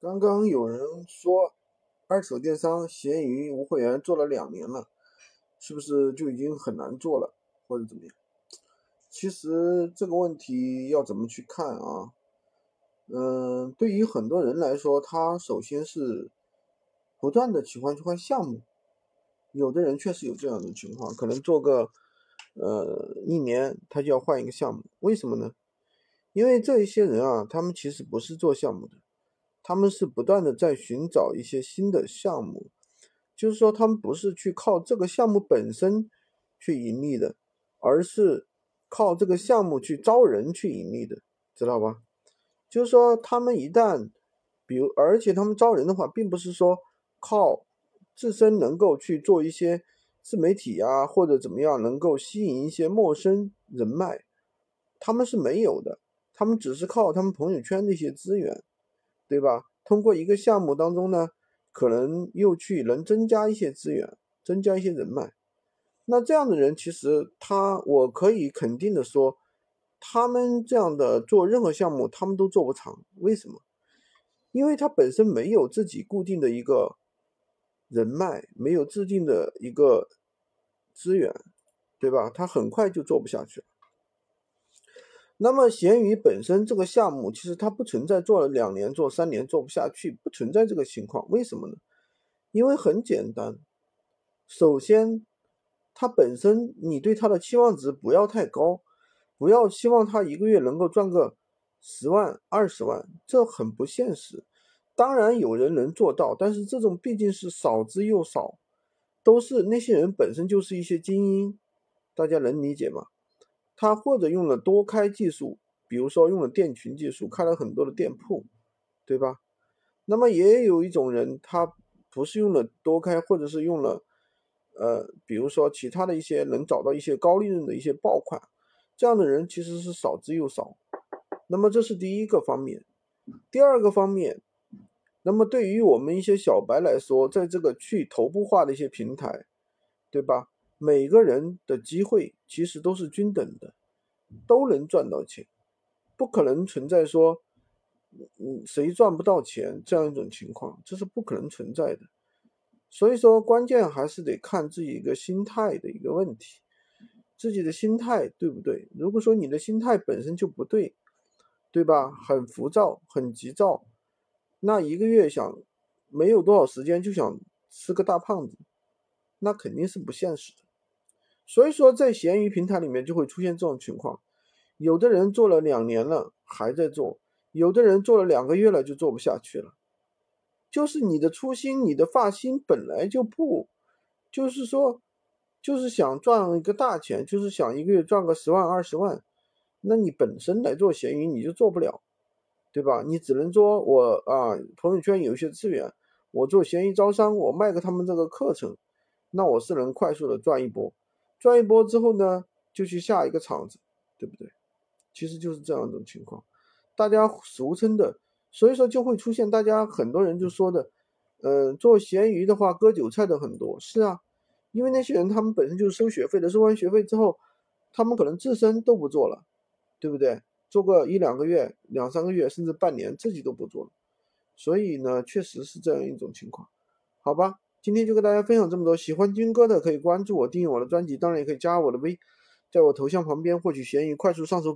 刚刚有人说，二手电商闲鱼无会员做了2年了，是不是就已经很难做了，或者怎么样？其实这个问题要怎么去看啊？对于很多人来说，他首先是不断的喜欢去换项目，有的人确实有这样的情况，可能做个1年，他就要换一个项目，为什么呢？因为这一些人啊，他们其实不是做项目的。他们是不断的在寻找一些新的项目，就是说他们不是去靠这个项目本身去盈利的，而是靠这个项目去招人去盈利的，知道吧？就是说他们一旦，而且他们招人的话，并不是说靠自身能够去做一些自媒体啊，或者怎么样能够吸引一些陌生人脉，他们是没有的，他们只是靠他们朋友圈的一些资源。对吧？通过一个项目当中呢，可能又去能增加一些资源，增加一些人脉。那这样的人，其实我可以肯定的说，他们这样的做任何项目，他们都做不长。为什么？因为他本身没有自己固定的一个人脉，没有制定的一个资源，对吧？他很快就做不下去了。那么闲鱼本身这个项目，其实它不存在做了2年、做3年做不下去，不存在这个情况。为什么呢？因为很简单，首先，它本身你对它的期望值不要太高，不要期望它一个月能够赚个10万、20万，这很不现实。当然有人能做到，但是这种毕竟是少之又少，都是那些人本身就是一些精英，大家能理解吗？他或者用了多开技术，比如说用了店群技术，开了很多的店铺，对吧？那么也有一种人，他不是用了多开，或者是用了比如说其他的一些能找到一些高利润的一些爆款，这样的人其实是少之又少。那么这是第一个方面。第二个方面，那么对于我们一些小白来说，在这个去头部化的一些平台，对吧？每个人的机会其实都是均等的，都能赚到钱，不可能存在说，谁赚不到钱这样一种情况，这是不可能存在的。所以说，关键还是得看自己一个心态的一个问题，自己的心态对不对？如果说你的心态本身就不对，对吧？很浮躁，很急躁，那一个月没有多少时间就想吃个大胖子，那肯定是不现实的。所以说，在闲鱼平台里面就会出现这种情况，有的人做了2年了还在做，有的人做了2个月了就做不下去了。就是你的初心，你的发心本来就不，就是说，就是想赚一个大钱，就是想一个月赚个10万、20万，那你本身来做闲鱼你就做不了，对吧？你只能说朋友圈有一些资源，我做闲鱼招商，我卖给他们这个课程，那我是能快速的赚一波，赚一波之后呢，就去下一个场子，对不对？其实就是这样一种情况，大家俗称的，所以说就会出现大家很多人就说的，做闲鱼的话割韭菜的很多，是啊，因为那些人他们本身就是收学费的，收完学费之后，他们可能自身都不做了，对不对？做个1-2个月、2-3个月，甚至半年，自己都不做了，所以呢，确实是这样一种情况，好吧？今天就跟大家分享这么多，喜欢军哥的可以关注我、订阅我的专辑，当然也可以加我的微，在我头像旁边获取闲鱼快速上手。